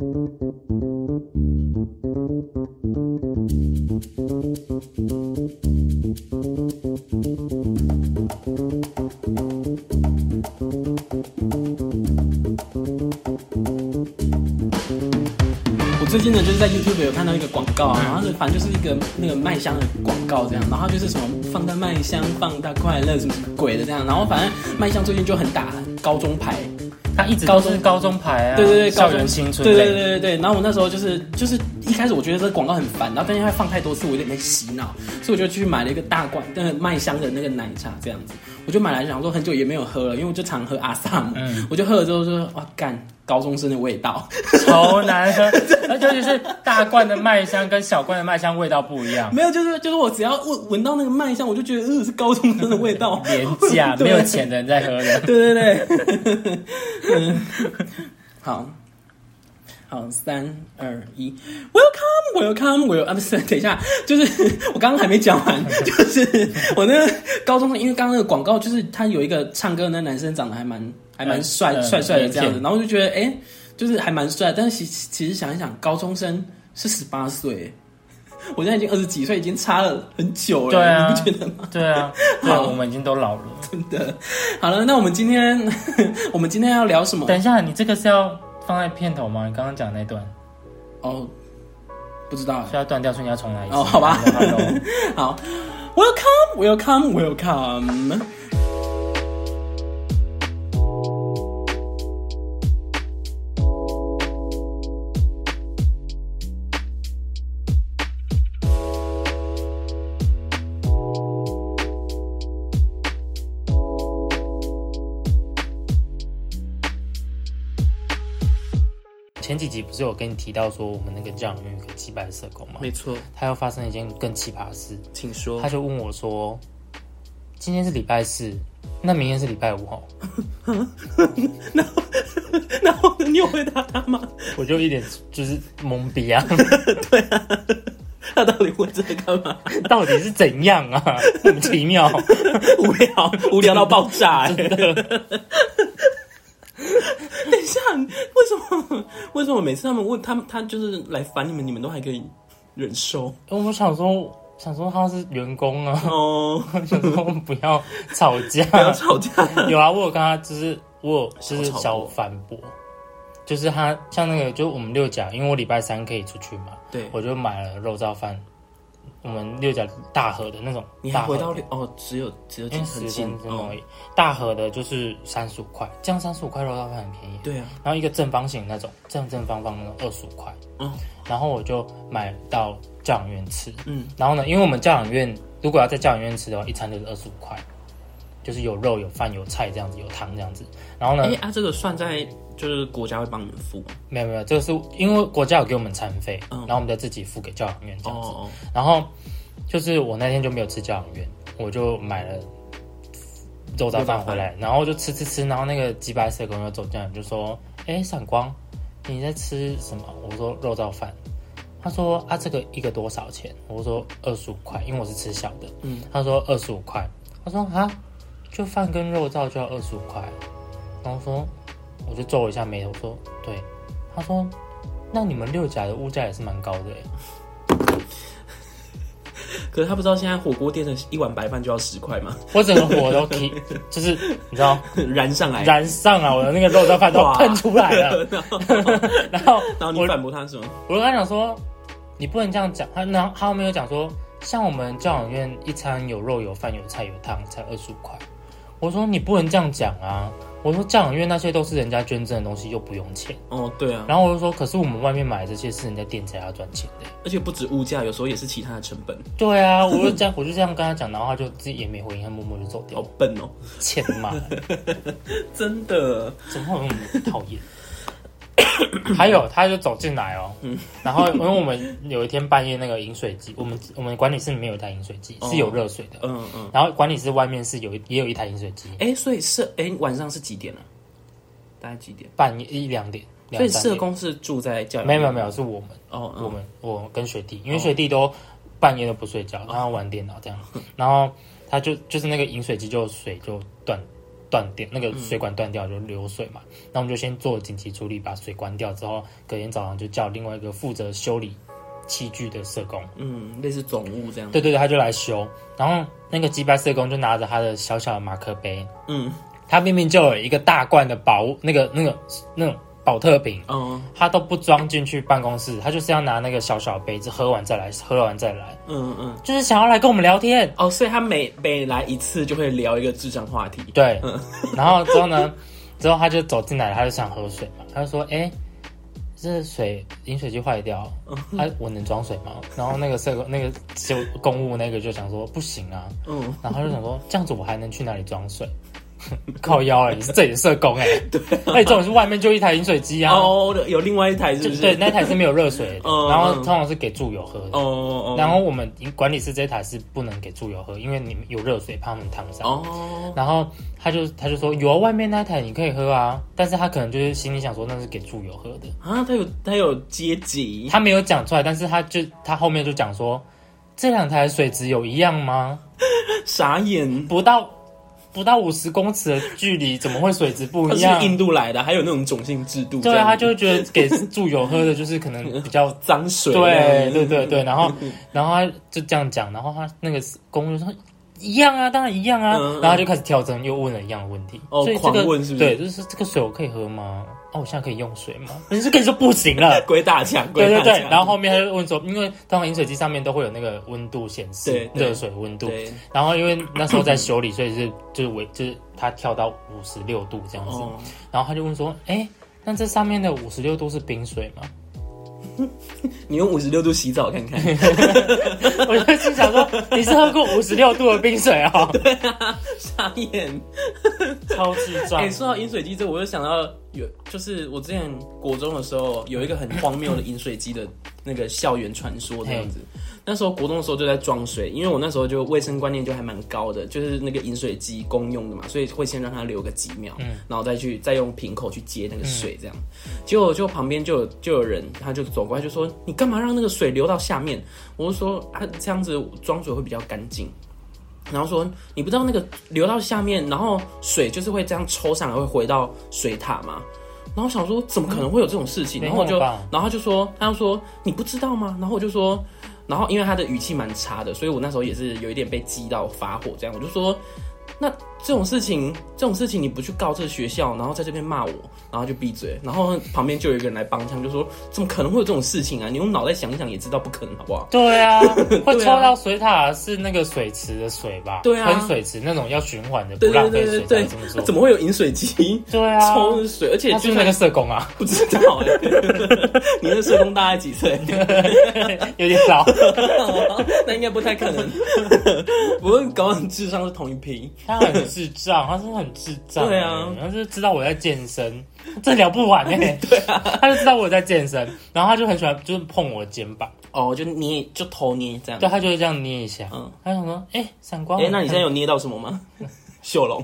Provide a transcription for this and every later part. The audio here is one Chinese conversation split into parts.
我最近呢，就是在 YouTube 有看到一个广告啊，然后反正就是一个那个麦香的广告这样，然后就是什么放大麦香，放大快乐，什么鬼的这样，然后反正麦香最近就很打高中牌。 他一直都是高中牌啊， 对对对， 校园青春， 对对对对对。然后我那时候就是一开始我觉得这个广告很烦，然后但是它放太多次，我有点被洗脑，所以我就去买了一个大罐那个麦香的那个奶茶这样子，我就买来想说很久也没有喝了，因为我就常喝阿萨姆，我就喝了之后说哇干，高中生的味道， 超难喝，而且就是大罐的麦香跟小罐的麦香味道不一样。 没有，就是我只要闻到那个麦香，我就觉得是高中生的味道， 廉价没有钱的人在喝的。 对对对。好，3、2、1 ，Welcome，啊不是，等一下，就是我刚刚还没讲完，就是我那个高中，因为刚刚那个广告，就是他有一个唱歌的那男生长得还蛮帅的这样子，然后我就觉得就是还蛮帅，但是其实想一想，高中生是18岁。我现在已经20几岁，已经差了很久了， 对啊， 你不觉得吗？ 对啊，好，我们已经都老了， 真的。好了，那我们今天要聊什么？ 等一下，你这个是要放在片头吗？你刚刚讲的那段？ 哦，不知道， 是要断掉，所以你要重来一次。 哦，好吧。好 ，Welcome。 前几集不是有跟你提到说我们那个教养院有个击败社工吗？ 没错， 他又发生一件更奇葩的事， 请说。 他就问我说：“今天是礼拜4，那明天是礼拜5吼？” 然后你有回答他吗？ 我就一脸就是懵逼啊。 对啊，他到底问这个干嘛？ 到底是怎样啊？莫名其妙， 无聊到爆炸真的。等一下，为什么每次他们问他就是来烦你们都还可以忍受？ 我想说他是员工啊，想说不要吵架， 不要吵架。 有啊，我有跟他就是小反驳，就是他像那个就我们6甲，因为我礼拜3可以出去嘛，对，我就买了肉燥饭。我们6甲大盒的那种， 你还回到只有几很近而已。大盒的就是35块，这样35块肉燥饭很便宜。 对啊， 然后一个正方形那种，正方那种25块。然后我就买到教养院吃。然后呢，因为我们教养院如果要在教养院吃的话，一餐就是25块，就是有肉有饭有菜这样子，有汤这样子。然后呢， 这个算在就是国家会帮你们付？ 没有，这个是因为国家有给我们餐费，然后我们再自己付给教养院这样子。然后就是我那天就没有吃教养院，我就买了肉燥饭回来，然后就吃，然后那个击败社工又走进来就说：“闪光，你在吃什么？”我说：“肉燥饭。”他说：“这个一个多少钱？”我说：“25块，因为我是吃小的。”他说：“25块。”他说：“就饭跟肉燥就要25块。”然后说，我就皱了一下眉头说：“对。”他说：“那你们6甲的物价也是蛮高的可是他不知道现在火锅店的一碗白饭就要10块吗？ 我整个火都就是你知道燃上来， 我的那个肉燥饭都喷出来了。然后你反驳他什么？ 我就跟他讲说，你不能这样讲。他后面有讲说，像我们教养院一餐有肉有饭有菜有汤才25块。我说你不能这样讲啊。我说教养院那些都是人家捐赠的东西，又不用钱。 对啊。 然后我就说，可是我们外面买这些是人家店才要赚钱的， 而且不止物价，有时候也是其他的成本。 对啊，我就这样跟他讲，然后他就自己也没回应，他默默就走掉。 好笨哦， 欠骂， 真的， 怎么会有那么讨厌？还有，他就走进来然后因为我们有一天半夜那个饮水机，我们管理室里面有一台饮水机，是有热水的，然后管理室外面是也有一台饮水机， 所以晚上是几点啊？大概几点？ 半夜1、2点。 所以社工是住在教养院？没有，是我们我跟学弟，因为学弟都半夜都不睡觉，然后玩电脑这样，然后他就是那个饮水机就水就断， 断电，那个水管断掉就流水嘛。那我们就先做紧急处理，把水关掉之后，隔天早上就叫另外一个负责修理器具的社工， 类似总务这样。 对，他就来修。然后那个鸡掰社工就拿着他的小小的马克杯，他明明就有一个大罐的那种保特瓶，他都不装进去办公室，他就是要拿那个小小的杯子喝完再来，就是想要来跟我们聊天。 所以他每来一次就会聊一个智障话题。 对，然后之后他就走进来，他就想喝水嘛，他就说：“这饮水机坏掉，我能装水吗？”然后那个公务那个就想说：“不行啊。”然后他就想说：“这样子我还能去哪里装水？”靠腰了，你是这里的社工对， 而且这种是外面就一台饮水机啊， 有另外一台是不是？ 对，那台是没有热水的，然后通常是给住友喝的，然后我们管理室这台是不能给住友喝，因为你们有热水怕他们烫伤，然后他就说有啊，外面那台你可以喝啊，但是他可能就是心里想说那是给住友喝的啊，他有阶级， 他没有讲出来，但是他后面就讲说这两台水质有一样吗？ 傻眼， 不到50公尺的距离，怎么会水质不一样？ 他是印度来的，还有那种种姓制度。 对啊，他就觉得给住友喝的就是可能比较脏水。 对，然后他就这样讲，然后他那个公务就说一样啊，当然一样啊，然后他就开始跳针，又问了一样的问题。 所以狂问是不是？ 对，就是这个水我可以喝吗？我现在可以用水吗？你是跟你说不行了， 鬼打墙， 对，然后后面他就问说，因为通常饮水机上面都会有那个温度显示，热水温度，然后因为那时候在修理，所以就是他跳到56度这样子，然后他就问说，那这上面的56度是冰水吗？ 你用56度洗澡看看。 我就心想说，你是喝过56度的冰水啊？ 对啊，傻眼， 超智障。 说到饮水机这，我就想到就是我之前国中的时候有一个很荒谬的饮水机的那个校园传说这样子。那时候国中的时候就在装水，因为我那时候就卫生观念就还蛮高的，就是那个饮水机公用的嘛，所以会先让它留个几秒，然后再用瓶口去接那个水这样。结果就旁边就有人他就走过来就说：“你干嘛让那个水流到下面？”我就说：“这样子装水会比较干净。”然后说：“你不知道那个流到下面，然后水就是会这样抽上来，会回到水塔吗？”然后我想说怎么可能会有这种事情？然后他就说你不知道吗？然后我就说，然后因为他的语气蛮差的，所以我那时候也是有一点被激到发火，这样我就说，那这种事情你不去告这个学校，然后在这边骂我，然后就闭嘴。然后旁边就有一个人来帮腔，就说怎么可能会有这种事情啊？你用脑袋想一想也知道不可能，好不好？ 对啊，会抽到水塔是那个水池的水吧？ 对啊， 喷水池那种要循环的，不浪费水才这么做。 怎么会有饮水机？对啊，抽水，而且就是那个社工啊， 不知道你那社工大概几岁？ 有点老， 那应该不太可能。不过搞很智商是同一批。 他很智障，他是很智障。 对啊， 然后就知道我在健身，这聊不完对啊， 他就知道我在健身，然后他就很喜欢就是碰我的肩膀， 就头捏这样。 对，他就会这样捏一下。他想说，闪光。 那你现在有捏到什么吗？秀龙。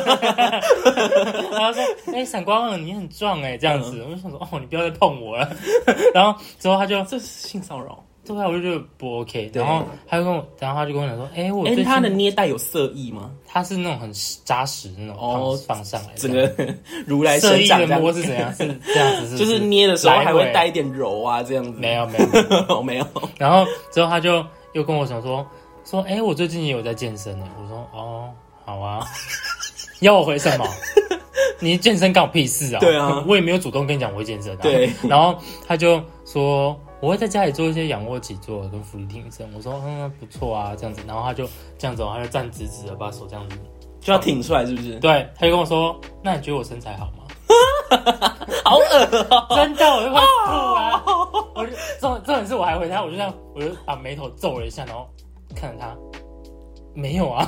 然后说，闪光你很壮这样子。我就想说，你不要再碰我了。然后之后他就这是性骚扰。 对啊，我就觉得不 OK。然后他就跟我讲说，我他的捏带有色意吗？ 他是那种很扎实的那种放上来， 整个如来神掌的摸是怎样？是这样子， 就是捏的时候还会带一点柔啊，这样子。 没有没有。 然后之后他就又跟我讲说，我最近也有在健身呢。我说好啊，要我回什么？你健身干我屁事啊！ 对啊， 我也没有主动跟你讲我会健身啊。 对。 然后他就说我会在家里做一些仰卧起坐跟伏地挺身。我说不错啊，这样子。然后他就这样子，他就站直直的，把手这样子就要挺出来，是不是？ 对，他就跟我说：“那你觉得我身材好吗？” 好恶哦！ 真的，我就快吐啊！我就重点是我还回他，我就把眉头皱了一下，然后看着他，没有啊。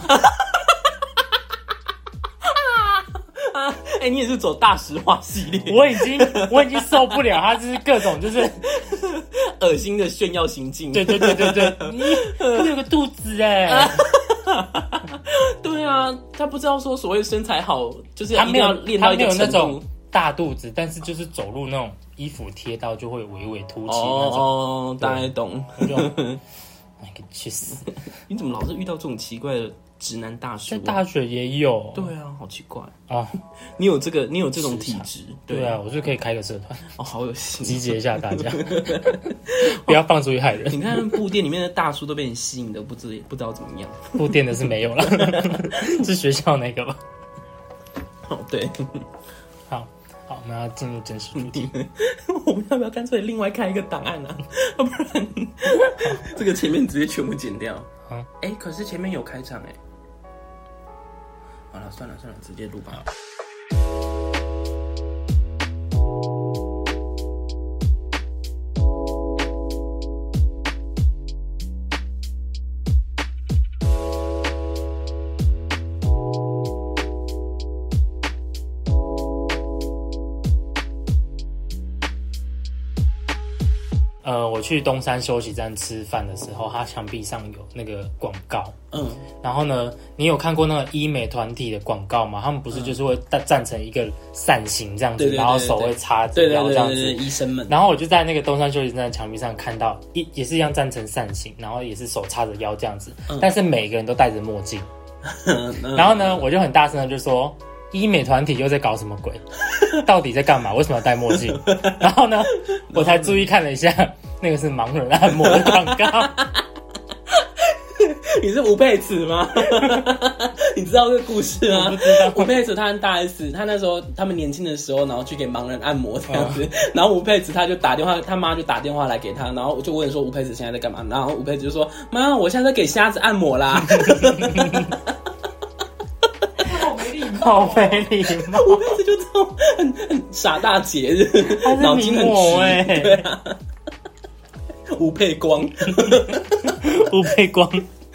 你也是走大实话系列。 我已经受不了他就是各种就是恶心的炫耀行径。 对，你有个肚子对啊，他不知道说所谓身材好就是一定要练到一个程度， 他没有那种大肚子，但是就是走路那种衣服贴到就会微微凸起那种。 大概懂。 去死！ 你怎么老是遇到这种奇怪的直男大叔、 在大学也有。 对啊，好奇怪哦。 你有这种体质？ 对啊，我就可以开个社团。 哦，好有心， 集结一下大家，不要放出去害人。 你看布店里面的大叔都被你吸引的，不知道怎么样。 布店的是没有了，是学校那个吧？ 哦，对。 好，我们要进入正式主题。 我们要不要干脆另外开一个档案啊？要不然这个前面直接全部剪掉。可是前面有开场好了，算了，直接录吧。 我去东山休息站吃饭的时候，它墙壁上有那个广告。然后呢，你有看过那个医美团体的广告吗？他们不是就是会站成一个扇形这样子，然后手会插着腰这样子。对， 医生们。 然后我就在那个东山休息站的墙壁上看到，也是一样站成扇形，然后也是手插着腰这样子，但是每个人都戴着墨镜。然后呢，我就很大声的就说，医美团体又在搞什么鬼？到底在干嘛？为什么要戴墨镜？然后呢，我才注意看了一下，那个是盲人按摩的广告。 你是吴佩慈吗？你知道这个故事吗？ 我不知道。 吴佩慈他和大 S， 他那时候他们年轻的时候，然后去给盲人按摩这样子，然后吴佩慈他就打电话，他妈就打电话来给他，然后就问说吴佩慈现在在干嘛？然后吴佩慈就说：“妈，我现在在给瞎子按摩啦。” 好没礼貌！ 吴佩慈就这种很傻大姐，脑筋很直，对啊。吴佩光， 吴佩光。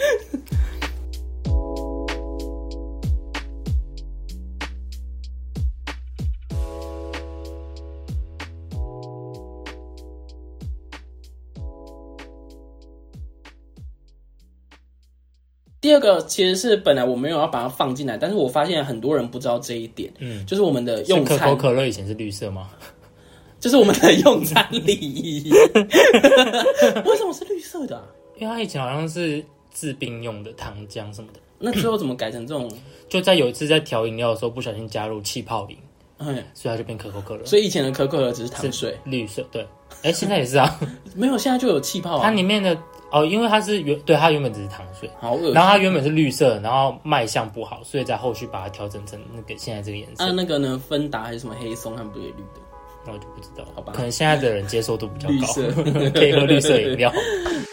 第二个其实是本来我没有要把它放进来，但是我发现很多人不知道这一点，就是我们的用餐。 可口可乐以前是绿色吗？ 就是我们的用餐礼仪。为什么是绿色的因为它以前好像是治病用的糖浆什么的。 那最后怎么改成这种？ 就在有一次在调饮料的时候不小心加入气泡饮，所以它就变可口可乐。 所以以前的可口可乐只是糖水， 绿色。对，现在也是啊。 没有，现在就有气泡啊。 它里面的因为它是它原本只是糖水， 好恶心。 然后它原本是绿色，然后卖相不好，所以在后续把它调整成那个现在这个颜色。 那个呢？芬达还是什么黑松，他们不是绿的？ 那我就不知道， 好吧？ 可能现在的人接受度比较高， 绿色可以喝绿色饮料。